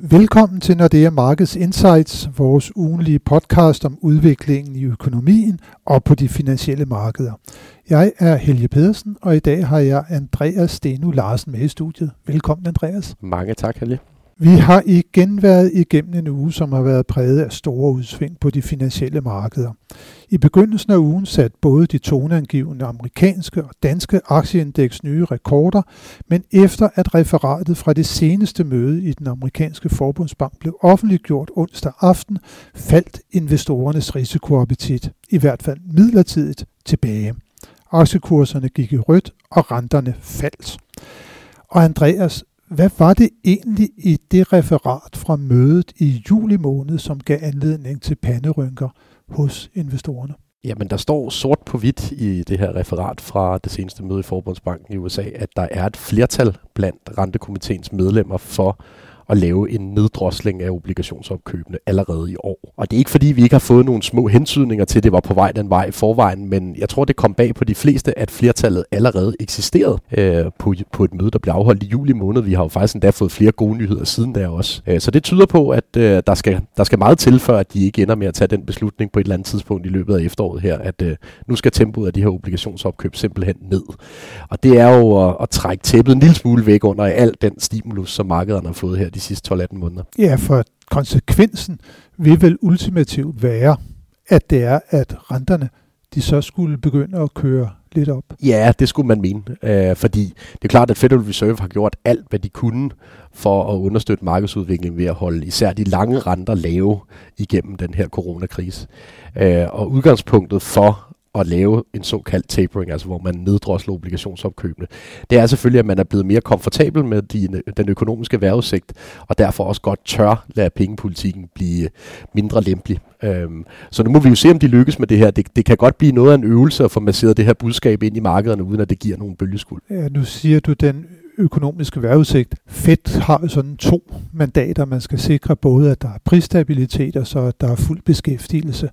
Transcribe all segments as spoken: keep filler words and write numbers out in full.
Velkommen til Nordea Markets Insights, vores ugenlige podcast om udviklingen i økonomien og på de finansielle markeder. Jeg er Helge Pedersen, og i dag har jeg Andreas Steno Larsen med i studiet. Velkommen, Andreas. Mange tak, Helge. Vi har igen været igennem en uge, som har været præget af store udsving på de finansielle markeder. I begyndelsen af ugen satte både de toneangivende amerikanske og danske aktieindeks nye rekorder, men efter at referatet fra det seneste møde i den amerikanske forbundsbank blev offentliggjort onsdag aften, faldt investorernes risikoappetit, i hvert fald midlertidigt, tilbage. Aktiekurserne gik i rødt, og renterne faldt. Og Andreas, hvad var det egentlig i det referat fra mødet i juli måned, som gav anledning til panderynker hos investorerne? Jamen, der står sort på hvidt i det her referat fra det seneste møde i Forbundsbanken i U S A, at der er et flertal blandt rentekomiteens medlemmer for at lave en neddrosling af obligationsopkøbene allerede i år. Og det er ikke fordi, vi ikke har fået nogle små hentydninger til, at det var på vej den vej i forvejen, men jeg tror, det kom bag på de fleste, at flertallet allerede eksisterede øh, på, på et møde, der blev afholdt i juli måned. Vi har jo faktisk endda fået flere gode nyheder siden der også. Øh, så det tyder på, at øh, der, skal, der skal meget til, før at de ikke ender med at tage den beslutning på et eller andet tidspunkt i løbet af efteråret her, at øh, nu skal tempoet af de her obligationsopkøb simpelthen ned. Og det er jo at, at trække tæppet en lille smule væk under al den stimulus, som markederne har fået her de sidste tolv atten måneder. Ja, for konsekvensen vil vel ultimativt være, at det er, at renterne de så skulle begynde at køre lidt op. Ja, det skulle man mene, øh, fordi det er klart, at Federal Reserve har gjort alt, hvad de kunne for at understøtte markedsudviklingen ved at holde især de lange renter lave igennem den her coronakrise. Øh, og udgangspunktet for at lave en såkaldt tapering, altså hvor man neddrosler obligationsopkøbene. Det er selvfølgelig, at man er blevet mere komfortabel med de, den økonomiske vejrudsigt, og derfor også godt tør lade pengepolitikken blive mindre lempelig. Øhm, så nu må vi jo se, om de lykkes med det her. Det, det kan godt blive noget af en øvelse at få masseret det her budskab ind i markederne, uden at det giver nogen bølgeskuld. Ja, nu siger du den økonomiske vejrudsigt. Fed har sådan to mandater. Man skal sikre både, at der er prisstabilitet, og så at der er fuld beskæftigelse.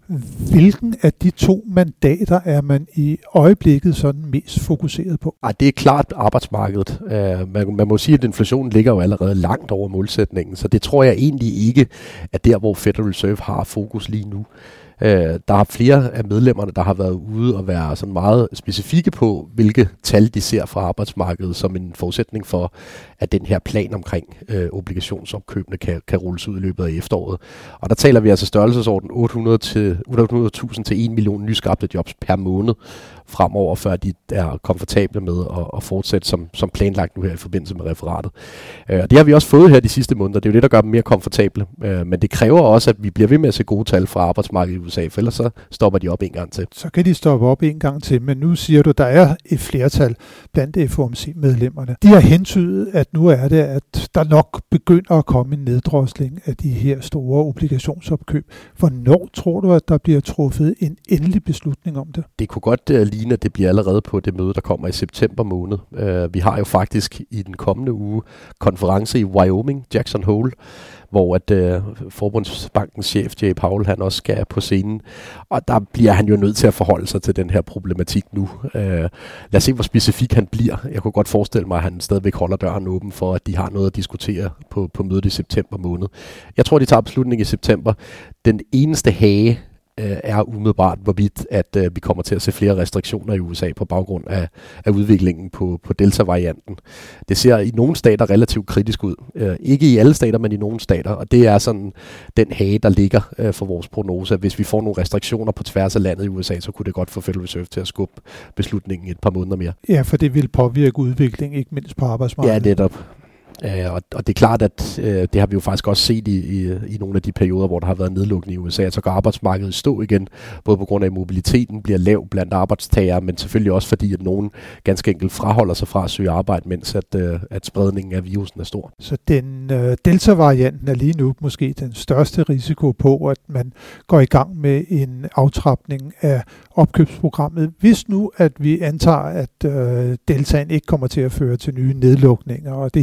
Hvilken af de to mandater er man i øjeblikket sådan mest fokuseret på? Ej, det er klart arbejdsmarkedet. Uh, man, man må sige, at inflationen ligger jo allerede langt over målsætningen, så det tror jeg egentlig ikke er der, hvor Federal Reserve har fokus lige nu. Uh, der er flere af medlemmerne, der har været ude og være sådan meget specifikke på, hvilke tal de ser fra arbejdsmarkedet som en forudsætning for, at den her plan omkring uh, obligationsopkøbene kan, kan rulles ud i løbet af efteråret. Og der taler vi altså størrelsesorden otte hundrede tusind til en million nyskabte jobs per måned fremover, før de er komfortable med at, at fortsætte som, som planlagt nu her i forbindelse med referatet. Uh, det har vi også fået her de sidste måneder. Det er jo det, der gør dem mere komfortable. Uh, men det kræver også, at vi bliver ved med at se gode tal fra arbejdsmarkedet i U S A, for ellers så stopper de op en gang til. Så kan de stoppe op en gang til, men nu siger du, der er et flertal blandt F O M C-medlemmerne. De har hentydet, at nu er det, at der nok begynder at komme en neddrosling af de her store obligationsopkøb. Hvornår tror du, at der bliver truffet en endelig beslutning om det? Det kunne godt uh, ligne, at det bliver allerede på det møde, der kommer i september måned. Uh, vi har jo faktisk i den kommende uge konference i Wyoming, Jackson Hole, hvor at øh, Forbundsbankens chef, Jay Powell, han også skal på scenen. Og der bliver han jo nødt til at forholde sig til den her problematik nu. Øh, lad os se, hvor specifik han bliver. Jeg kunne godt forestille mig, at han stadigvæk holder døren åben for, at de har noget at diskutere på, på mødet i september måned. Jeg tror, de tager beslutning i september. Den eneste hage er umiddelbart, hvorvidt at øh, vi kommer til at se flere restriktioner i U S A på baggrund af, af udviklingen på, på Delta-varianten. Det ser i nogle stater relativt kritisk ud. Øh, ikke i alle stater, men i nogle stater. Og det er sådan den hage, der ligger øh, for vores prognose. Hvis vi får nogle restriktioner på tværs af landet i U S A, så kunne det godt få Federal Reserve til at skubbe beslutningen et par måneder mere. Ja, for det vil påvirke udviklingen, ikke mindst på arbejdsmarkedet. Ja, netop. Uh, og, og det er klart, at uh, det har vi jo faktisk også set i, i, i nogle af de perioder, hvor der har været nedlukning i U S A, så går arbejdsmarkedet stå igen, både på grund af, at mobiliteten bliver lav blandt arbejdstagere, men selvfølgelig også fordi, at nogen ganske enkelt fraholder sig fra at søge arbejde, mens at, uh, at spredningen af virusen er stor. Så den uh, Delta-varianten er lige nu måske den største risiko på, at man går i gang med en aftrapning af opkøbsprogrammet. Hvis nu, at vi antager, at uh, Deltaen ikke kommer til at føre til nye nedlukninger, og det hele kommer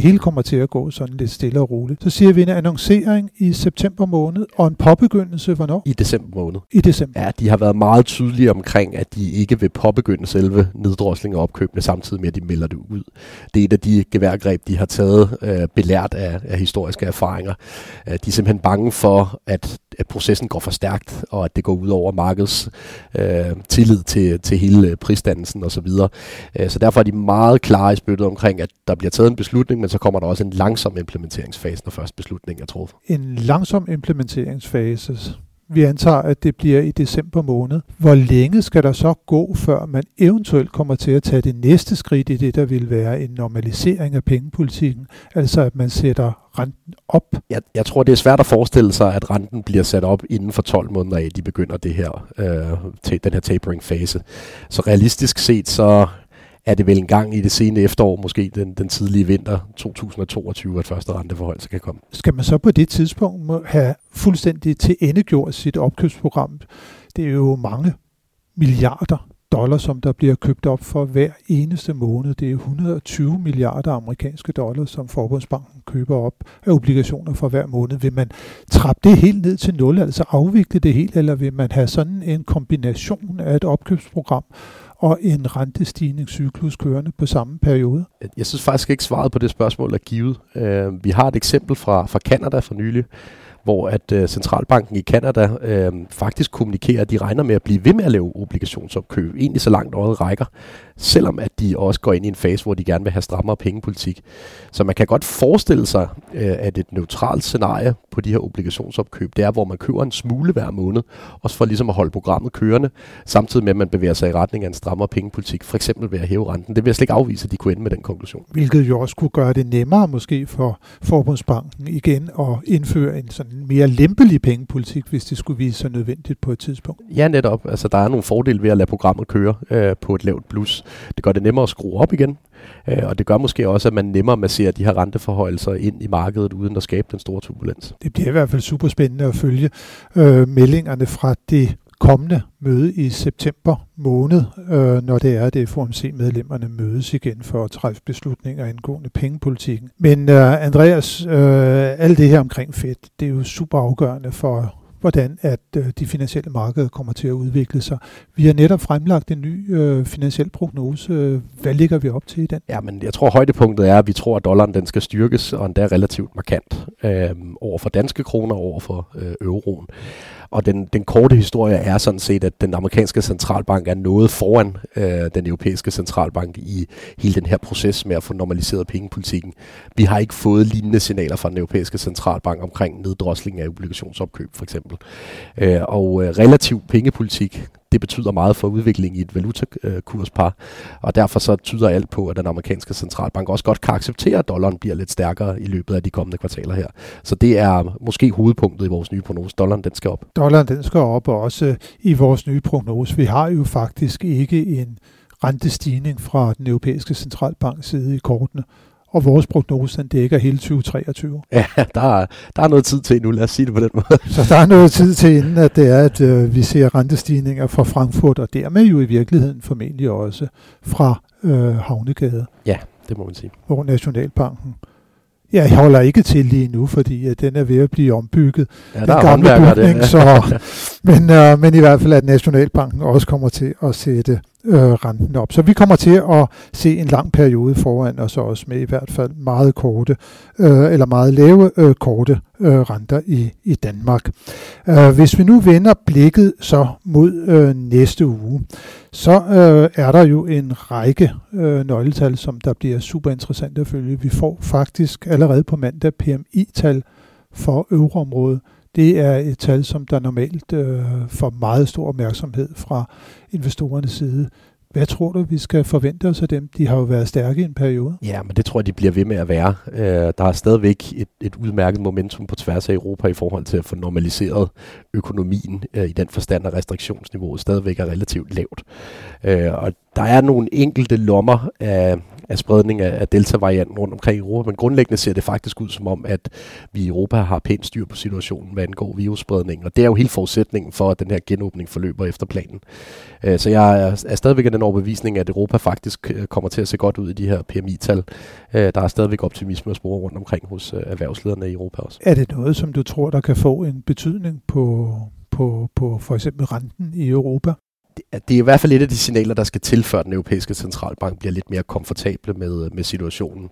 til at gå sådan lidt stille og roligt. Så siger vi en annoncering i september måned, og en påbegyndelse hvornår? I december måned. I december. Ja, de har været meget tydelige omkring, at de ikke vil påbegynde selve neddrosling og opkøbene, samtidig med, at de melder det ud. Det er et af de geværgreb, de har taget, øh, belært af, af historiske erfaringer. Øh, de er simpelthen bange for, at, at processen går for stærkt, og at det går ud over markeds øh, tillid til, til hele prisdannelsen osv. Øh, så derfor er de meget klare i spyttet omkring, at der bliver taget en beslutning, men så kommer der også en langsom implementeringsfase, når først beslutningen er truffet. En langsom implementeringsfase. Vi antager, at det bliver i december måned. Hvor længe skal der så gå, før man eventuelt kommer til at tage det næste skridt i det, der vil være en normalisering af pengepolitikken? Altså at man sætter renten op? Jeg, jeg tror, det er svært at forestille sig, at renten bliver sat op inden for tolv måneder af, de begynder det her, øh, den her tapering-fase. Så realistisk set, så er det vel en gang i det sene efterår, måske den, den tidlige vinter to tusind og toogtyve, at første renteforhold så kan komme. Skal man så på det tidspunkt have fuldstændig til endegjort sit opkøbsprogram? Det er jo mange milliarder dollar, som der bliver købt op for hver eneste måned. Det er et hundrede og tyve milliarder amerikanske dollars, som Forbundsbanken køber op af obligationer for hver måned. Vil man trappe det helt ned til nul, altså afvikle det helt, eller vil man have sådan en kombination af et opkøbsprogram og en rentestigningscyklus kørende på samme periode? Jeg synes faktisk ikke, svaret på det spørgsmål er givet. Uh, vi har et eksempel fra, fra Canada for nylig, hvor at uh, centralbanken i Canada uh, faktisk kommunikerer, at de regner med at blive ved med at lave obligationsopkøb, egentlig så langt øjet rækker, selvom at de også går ind i en fase, hvor de gerne vil have strammere pengepolitik. Så man kan godt forestille sig, uh, at et neutralt scenarie på de her obligationsopkøb, det er, hvor man køber en smule hver måned, også for ligesom at holde programmet kørende, samtidig med, at man bevæger sig i retning af en strammere pengepolitik, for eksempel ved at hæve renten. Det vil jeg slet ikke afvise, at de kunne ende med den konklusion. Hvilket jo også kunne gøre det nemmere måske for Forbundsbanken igen at indføre en sådan mere lempelig pengepolitik, hvis det skulle vise sig nødvendigt på et tidspunkt. Ja, netop. Altså, der er nogle fordele ved at lade programmet køre øh, på et lavt blus. Det gør det nemmere at skrue op igen, øh, og det gør måske også, at man nemmere masserer de her renteforhøjelser ind i markedet, uden at skabe den store turbulens. Det bliver i hvert fald super spændende at følge øh, meldingerne fra det kommende møde i september måned, øh, når det er, det F O M C-medlemmerne mødes igen for at træffe beslutninger angående pengepolitikken. Men øh, Andreas, øh, alt det her omkring Fed, det er jo super afgørende for, hvordan at øh, de finansielle markeder kommer til at udvikle sig. Vi har netop fremlagt en ny øh, finansiel prognose. Hvad ligger vi op til i den? Ja, men jeg tror, højdepunktet er, at vi tror, at dollaren den skal styrkes, og endda relativt markant øh, over for danske kroner, over for øh, euroen. Og den, den korte historie er sådan set, at den amerikanske centralbank er noget foran øh, den europæiske centralbank i hele den her proces med at få normaliseret pengepolitikken. Vi har ikke fået lignende signaler fra den europæiske centralbank omkring neddrosling af obligationsopkøb for eksempel. Øh, og øh, relativ pengepolitik, det betyder meget for udviklingen i et valutakurspar, og derfor så tyder alt på, at den amerikanske centralbank også godt kan acceptere, at dollaren bliver lidt stærkere i løbet af de kommende kvartaler her. Så det er måske hovedpunktet i vores nye prognose. Dollaren, den skal op. Dollaren, den skal op, og også i vores nye prognose. Vi har jo faktisk ikke en rentestigning fra den europæiske centralbanks side i kortene. Og vores prognose, den dækker hele tyve treogtyve. Ja, der er, der er noget tid til nu, lad os sige det på den måde. Så der er noget tid til, inden at det er, at øh, vi ser rentestigninger fra Frankfurt, og dermed jo i virkeligheden formentlig også fra øh, Havnegade. Ja, det må man sige. Hvor Nationalbanken, ja, jeg holder ikke til lige nu, fordi at den er ved at blive ombygget. Ja, der er håndværkere bygning, det. Så, men, øh, men i hvert fald, at Nationalbanken også kommer til at sætte øh, renten op. Så vi kommer til at se en lang periode foran os også med i hvert fald meget korte, øh, eller meget lave øh, korte øh, renter i, i Danmark. Øh, hvis vi nu vender blikket så mod øh, næste uge, så øh, er der jo en række øh, nøgletal, som der bliver super interessant at følge. Vi får faktisk allerede på mandag P M I-tal for euroområdet. Det er et tal, som der normalt øh, får meget stor opmærksomhed fra investorernes side. Hvad tror du, vi skal forvente os af dem? De har jo været stærke i en periode. Ja, men det tror jeg, de bliver ved med at være. Øh, der er stadigvæk et, et udmærket momentum på tværs af Europa i forhold til at få normaliseret økonomien øh, i den forstand, at restriktionsniveauet stadigvæk er relativt lavt. Øh, og der er nogle enkelte lommer af, af spredning af, af delta-varianten rundt omkring i Europa, men grundlæggende ser det faktisk ud som om, at vi i Europa har pænt styr på situationen, hvad angår virusspredningen, og det er jo helt forudsætningen for, at den her genåbning forløber efter planen. Øh, så jeg er, er stadigvæk af den overbevisning, at Europa faktisk kommer til at se godt ud i de her P M I-tal. Øh, der er stadigvæk optimisme at spore rundt omkring hos øh, erhvervslederne i Europa også. Er det noget, som du tror, der kan få en betydning på, på, på for eksempel renten i Europa? Det er i hvert fald et af de signaler, der skal til, før den europæiske centralbank bliver lidt mere komfortable med, med situationen.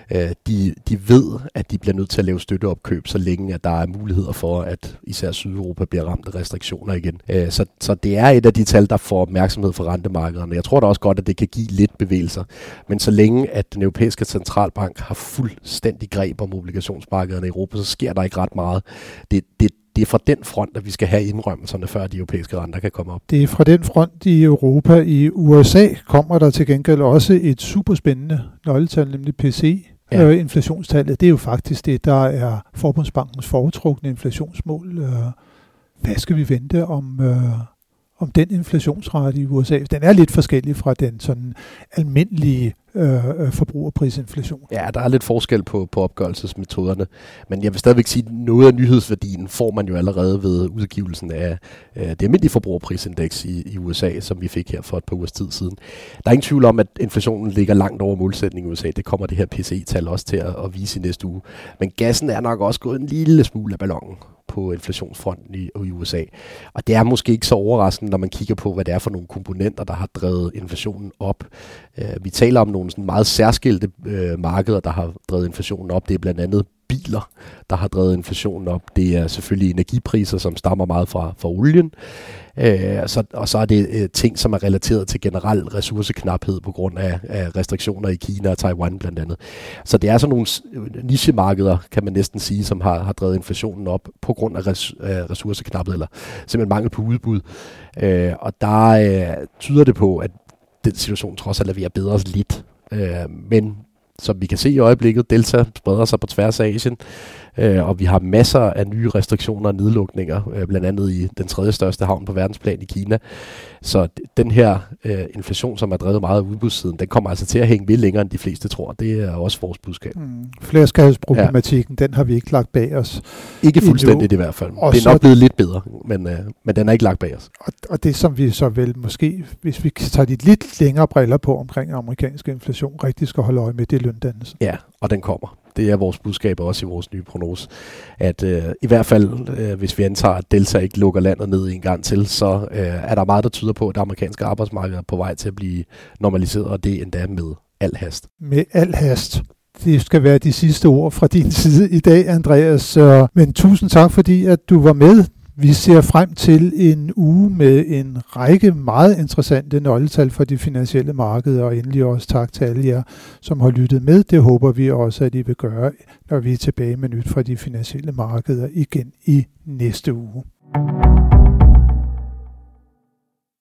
De, de ved, at de bliver nødt til at lave støtteopkøb, så længe at der er muligheder for, at især Sydeuropa bliver ramt af restriktioner igen. Så, så det er et af de tal, der får opmærksomhed fra rentemarkederne. Jeg tror da også godt, at det kan give lidt bevægelser. Men så længe at den europæiske centralbank har fuldstændig greb om obligationsmarkederne i Europa, så sker der ikke ret meget. Det, det Det er fra den front, at vi skal have indrømmelserne, før de europæiske renter kan komme op. Det er fra den front i Europa. I U S A kommer der til gengæld også et superspændende nøgletal, nemlig P C I. Ja. Øh, inflationstallet, det er jo faktisk det, der er Forbundsbankens foretrukne inflationsmål. Øh, hvad skal vi vente om, øh, om den inflationsrate i U S A? Den er lidt forskellig fra den sådan almindelige øh, forbrugerprisinflation. Ja, der er lidt forskel på, på opgørelsesmetoderne, men jeg vil stadigvæk sige, at noget af nyhedsværdien får man jo allerede ved udgivelsen af øh, det almindelige forbrugerprisindeks i, i U S A, som vi fik her for et par ugers tid siden. Der er ingen tvivl om, at inflationen ligger langt over målsætningen i U S A. Det kommer det her P C I-tal også til at, at vise i næste uge. Men gassen er nok også gået en lille smule af ballonen på inflationsfronten i, i U S A. Og det er måske ikke så overraskende, når man kigger på, hvad det er for nogle komponenter, der har drevet inflationen op. Uh, vi taler om nogle sådan meget særskilte uh, markeder, der har drevet inflationen op. Det er blandt andet biler, der har drevet inflationen op. Det er selvfølgelig energipriser, som stammer meget fra, fra olien. Uh, så, og så er det uh, ting, som er relateret til generel ressourceknaphed på grund af, af restriktioner i Kina og Taiwan blandt andet. Så det er sådan nogle nichemarkeder, kan man næsten sige, som har, har drevet inflationen op på grund af res, uh, ressourceknaphed, eller simpelthen mangel på udbud. Uh, og der uh, tyder det på, at den situation trods alt er bedre lidt. Uh, men som vi kan se i øjeblikket, Delta spreder sig på tværs af Asien, øh, og vi har masser af nye restriktioner og nedlukninger, øh, blandt andet i den tredje største havn på verdensplan i Kina. Så d- den her øh, inflation, som er drevet meget af udbudssiden, den kommer altså til at hænge ved længere, end de fleste tror. Det er også vores budskab. Mm. Flerskabsproblematikken, ja. Den har vi ikke lagt bag os. Ikke fuldstændigt i hvert fald. Og det er nok blevet lidt bedre, men, øh, men den er ikke lagt bag os. Og, og det, som vi så vel måske, hvis vi tager de lidt længere briller på omkring amerikansk inflation, rigtig skal holde øje med, det er løndannelsen. Ja, og den kommer. Det er vores budskab også i vores nye prognose, at øh, i hvert fald, øh, hvis vi antager, at Delta ikke lukker landet ned en gang til, så øh, er der meget, der tyder på, at det amerikanske arbejdsmarked er på vej til at blive normaliseret, og det endda med al hast. Med al hast. Det skal være de sidste ord fra din side i dag, Andreas. Men tusind tak, fordi at du var med. Vi ser frem til en uge med en række meget interessante nøgletal for de finansielle markeder, og endelig også tak til alle jer, som har lyttet med. Det håber vi også, at I vil gøre, når vi er tilbage med nyt fra de finansielle markeder igen i næste uge.